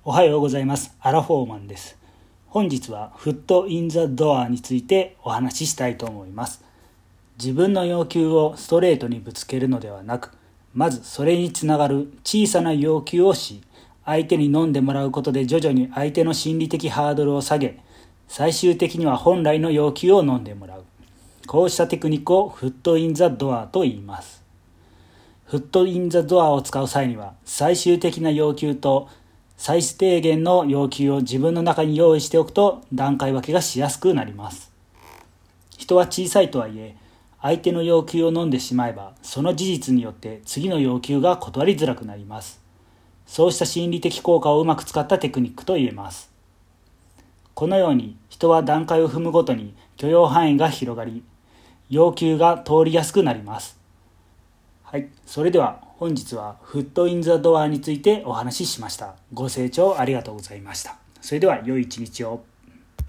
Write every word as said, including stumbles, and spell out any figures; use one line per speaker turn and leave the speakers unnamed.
おはようございます。アラフォーマンです。本日はフットインザドアについてお話ししたいと思います。自分の要求をストレートにぶつけるのではなく、まずそれにつながる小さな要求をし、相手に飲んでもらうことで徐々に相手の心理的ハードルを下げ、最終的には本来の要求を飲んでもらう。こうしたテクニックをフットインザドアと言います。フットインザドアを使う際には、最終的な要求と最低限の要求を自分の中に用意しておくと段階分けがしやすくなります。人は小さいとはいえ、相手の要求を飲んでしまえば、その事実によって次の要求が断りづらくなります。そうした心理的効果をうまく使ったテクニックと言えます。このように人は段階を踏むごとに許容範囲が広がり、要求が通りやすくなります。はい、それでは本日はフットインザドアについてお話ししました。ご清聴ありがとうございました。それでは良い一日を。